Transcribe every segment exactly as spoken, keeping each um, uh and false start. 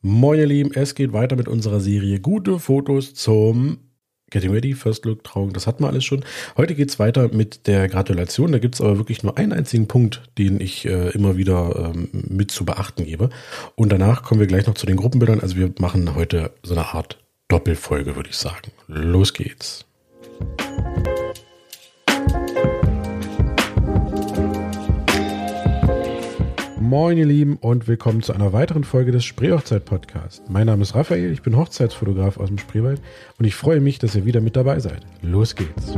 Moin ihr Lieben, es geht weiter mit unserer Serie Gute Fotos zum Getting Ready, First Look, Trauung, das hatten wir alles schon. Heute geht es weiter mit der Gratulation, da gibt es aber wirklich nur einen einzigen Punkt, den ich äh, immer wieder ähm, mit zu beachten gebe. Und danach kommen wir gleich noch zu den Gruppenbildern, also wir machen heute so eine Art Doppelfolge, würde ich sagen. Los geht's. Moin ihr Lieben und willkommen zu einer weiteren Folge des Spreehochzeit-Podcasts. Mein Name ist Raphael, ich bin Hochzeitsfotograf aus dem Spreewald und ich freue mich, dass ihr wieder mit dabei seid. Los geht's!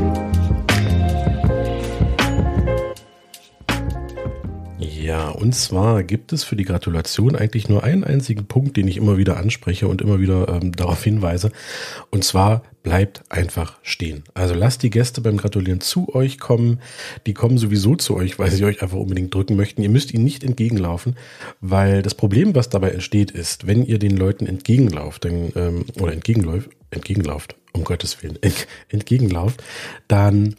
Ja, und zwar gibt es für die Gratulation eigentlich nur einen einzigen Punkt, den ich immer wieder anspreche und immer wieder ähm, darauf hinweise. Und zwar bleibt einfach stehen. Also lasst die Gäste beim Gratulieren zu euch kommen. Die kommen sowieso zu euch, weil sie euch einfach unbedingt drücken möchten. Ihr müsst ihnen nicht entgegenlaufen, weil das Problem, was dabei entsteht, ist, wenn ihr den Leuten entgegenlauft, dann, ähm, oder entgegenläuft, entgegenlauft, um Gottes Willen, ent, entgegenlauft, dann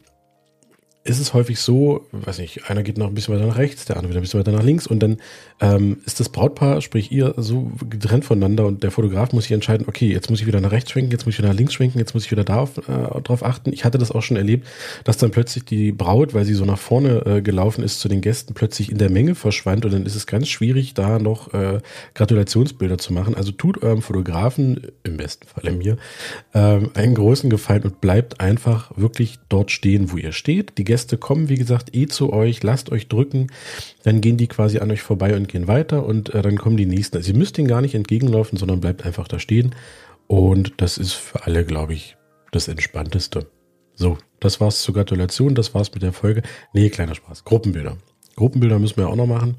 ist es häufig so, weiß nicht, einer geht noch ein bisschen weiter nach rechts, der andere wieder ein bisschen weiter nach links und dann ähm, ist das Brautpaar, sprich ihr, so getrennt voneinander und der Fotograf muss sich entscheiden, okay, jetzt muss ich wieder nach rechts schwenken, jetzt muss ich wieder nach links schwenken, jetzt muss ich wieder darauf, äh, drauf achten. Ich hatte das auch schon erlebt, dass dann plötzlich die Braut, weil sie so nach vorne äh, gelaufen ist zu den Gästen, plötzlich in der Menge verschwand und dann ist es ganz schwierig, da noch äh, Gratulationsbilder zu machen. Also tut eurem Fotografen, im besten Falle mir, äh, einen großen Gefallen und bleibt einfach wirklich dort stehen, wo ihr steht. Die Gäste kommen, wie gesagt, eh zu euch, lasst euch drücken, dann gehen die quasi an euch vorbei und gehen weiter und äh, dann kommen die nächsten. Also ihr müsst denen gar nicht entgegenlaufen, sondern bleibt einfach da stehen und das ist für alle, glaube ich, das Entspannteste. So, das war's zur Gratulation, das war's mit der Folge. Nee, kleiner Spaß. Gruppenbilder. Gruppenbilder müssen wir auch noch machen.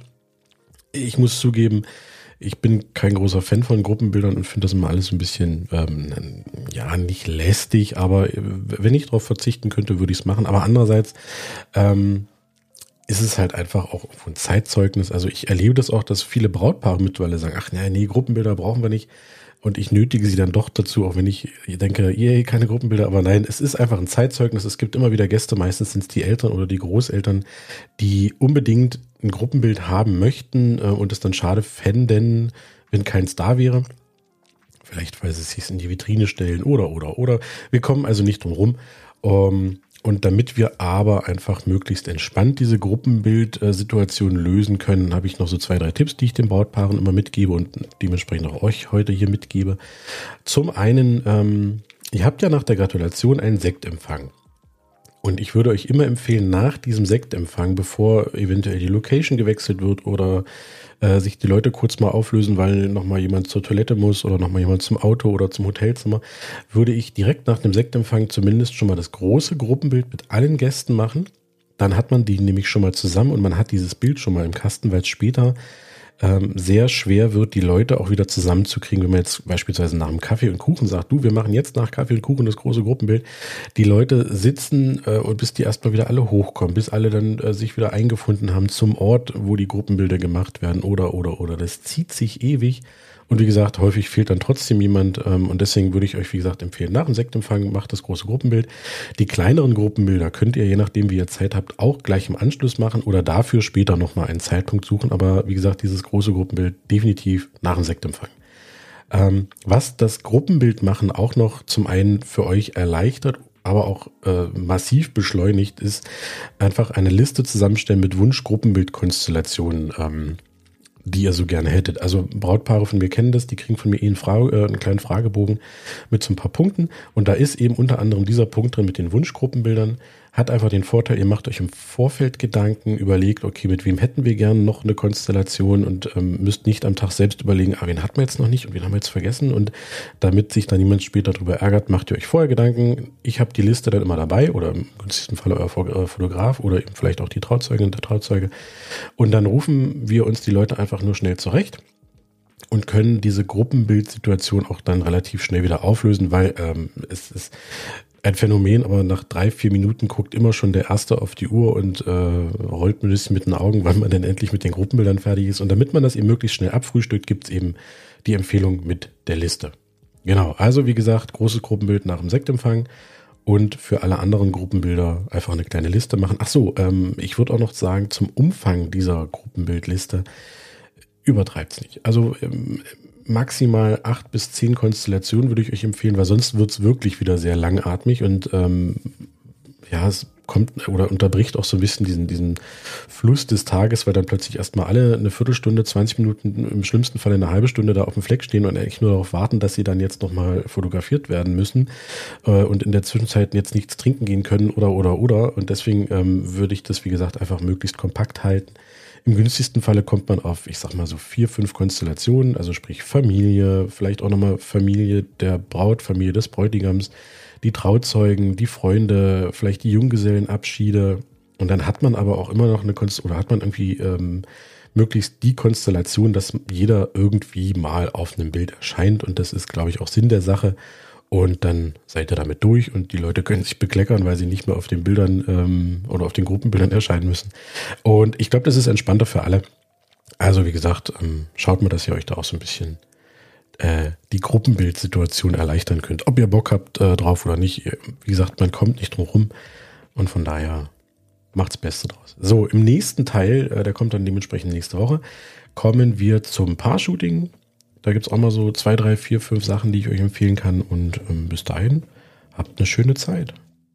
Ich muss zugeben, ich bin kein großer Fan von Gruppenbildern und finde das immer alles ein bisschen, ähm, ja, nicht lästig, aber wenn ich darauf verzichten könnte, würde ich es machen. Aber andererseits ähm, ist es halt einfach auch ein Zeitzeugnis. Also ich erlebe das auch, dass viele Brautpaare mittlerweile sagen, ach nee, nee, Gruppenbilder brauchen wir nicht. Und ich nötige sie dann doch dazu, auch wenn ich denke, yay, keine Gruppenbilder. Aber nein, es ist einfach ein Zeitzeugnis. Es gibt immer wieder Gäste, meistens sind es die Eltern oder die Großeltern, die unbedingt ein Gruppenbild haben möchten äh, und es dann schade fänden, wenn keins da wäre. Vielleicht, weil sie es sich in die Vitrine stellen oder, oder, oder. Wir kommen also nicht drum rum. Um, und damit wir aber einfach möglichst entspannt diese Gruppenbildsituation lösen können, habe ich noch so zwei, drei Tipps, die ich den Brautpaaren immer mitgebe und dementsprechend auch euch heute hier mitgebe. Zum einen, ähm, ihr habt ja nach der Gratulation einen Sektempfang. Und ich würde euch immer empfehlen, nach diesem Sektempfang, bevor eventuell die Location gewechselt wird oder äh, sich die Leute kurz mal auflösen, weil nochmal jemand zur Toilette muss oder nochmal jemand zum Auto oder zum Hotelzimmer, würde ich direkt nach dem Sektempfang zumindest schon mal das große Gruppenbild mit allen Gästen machen. Dann hat man die nämlich schon mal zusammen und man hat dieses Bild schon mal im Kasten, weil es später ähm, sehr schwer wird, die Leute auch wieder zusammenzukriegen, wenn man jetzt beispielsweise nach dem Kaffee und Kuchen sagt, du, wir machen jetzt nach Kaffee und Kuchen das große Gruppenbild. Die Leute sitzen äh, und bis die erstmal wieder alle hochkommen, bis alle dann äh, sich wieder eingefunden haben zum Ort, wo die Gruppenbilder gemacht werden oder, oder, oder. Das zieht sich ewig. Und wie gesagt, häufig fehlt dann trotzdem jemand ähm, und deswegen würde ich euch, wie gesagt, empfehlen, nach dem Sektempfang macht das große Gruppenbild. Die kleineren Gruppenbilder könnt ihr, je nachdem wie ihr Zeit habt, auch gleich im Anschluss machen oder dafür später nochmal einen Zeitpunkt suchen. Aber wie gesagt, dieses große Gruppenbild definitiv nach dem Sektempfang. Ähm, was das Gruppenbild machen auch noch zum einen für euch erleichtert, aber auch äh, massiv beschleunigt, ist einfach eine Liste zusammenstellen mit Wunsch-Gruppenbild-Konstellationen, ähm, die ihr so gerne hättet. Also Brautpaare von mir kennen das, die kriegen von mir eh einen, Frage, äh, einen kleinen Fragebogen mit so ein paar Punkten und da ist eben unter anderem dieser Punkt drin mit den Wunschgruppenbildern. Hat einfach den Vorteil, ihr macht euch im Vorfeld Gedanken, überlegt, okay, mit wem hätten wir gerne noch eine Konstellation und ähm, müsst nicht am Tag selbst überlegen, ah, wen hatten wir jetzt noch nicht und wen haben wir jetzt vergessen und damit sich dann niemand später darüber ärgert, macht ihr euch vorher Gedanken. Ich habe die Liste dann immer dabei oder im günstigsten Fall euer Fotograf oder eben vielleicht auch die Trauzeugin und der Trauzeuge und dann rufen wir uns die Leute einfach nur schnell zurecht und können diese Gruppenbildsituation auch dann relativ schnell wieder auflösen, weil ähm, es ist ein Phänomen, aber nach drei, vier Minuten guckt immer schon der Erste auf die Uhr und äh, rollt ein bisschen mit den Augen, wann man denn endlich mit den Gruppenbildern fertig ist. Und damit man das eben möglichst schnell abfrühstückt, gibt es eben die Empfehlung mit der Liste. Genau, also wie gesagt, großes Gruppenbild nach dem Sektempfang und für alle anderen Gruppenbilder einfach eine kleine Liste machen. Ach so, ähm, ich würde auch noch sagen, zum Umfang dieser Gruppenbildliste übertreibt's nicht. Also ähm, maximal acht bis zehn Konstellationen würde ich euch empfehlen, weil sonst wird es wirklich wieder sehr langatmig und ähm, ja, es kommt oder unterbricht auch so ein bisschen diesen, diesen Fluss des Tages, weil dann plötzlich erstmal alle eine Viertelstunde, zwanzig Minuten, im schlimmsten Fall eine halbe Stunde da auf dem Fleck stehen und eigentlich nur darauf warten, dass sie dann jetzt nochmal fotografiert werden müssen äh, und in der Zwischenzeit jetzt nichts trinken gehen können oder, oder, oder. Und deswegen ähm, würde ich das, wie gesagt, einfach möglichst kompakt halten. Im günstigsten Falle kommt man auf, ich sag mal so vier, fünf Konstellationen, also sprich Familie, vielleicht auch nochmal Familie der Braut, Familie des Bräutigams, die Trauzeugen, die Freunde, vielleicht die Junggesellenabschiede. Und dann hat man aber auch immer noch eine Konstellation, oder hat man irgendwie ähm, möglichst die Konstellation, dass jeder irgendwie mal auf einem Bild erscheint. Und das ist, glaube ich, auch Sinn der Sache. Und dann seid ihr damit durch und die Leute können sich bekleckern, weil sie nicht mehr auf den Bildern ähm, oder auf den Gruppenbildern erscheinen müssen. Und ich glaube, das ist entspannter für alle. Also wie gesagt, ähm, schaut mal, dass ihr euch da auch so ein bisschen äh, die Gruppenbildsituation erleichtern könnt. Ob ihr Bock habt äh, drauf oder nicht. Wie gesagt, man kommt nicht drum rum und von daher macht's Beste draus. So, im nächsten Teil, äh, der kommt dann dementsprechend nächste Woche, kommen wir zum Paar-Shooting. Da gibt es auch mal so zwei, drei, vier, fünf Sachen, die ich euch empfehlen kann. Und ähm, bis dahin, habt eine schöne Zeit.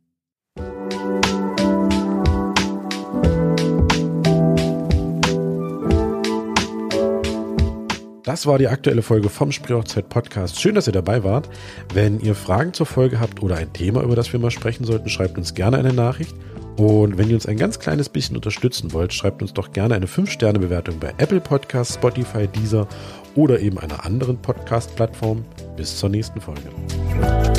Das war die aktuelle Folge vom Spreehochzeit-Podcast. Schön, dass ihr dabei wart. Wenn ihr Fragen zur Folge habt oder ein Thema, über das wir mal sprechen sollten, schreibt uns gerne eine Nachricht. Und wenn ihr uns ein ganz kleines bisschen unterstützen wollt, schreibt uns doch gerne eine fünf Sterne Bewertung bei Apple Podcasts, Spotify, Deezer oder eben einer anderen Podcast-Plattform. Bis zur nächsten Folge.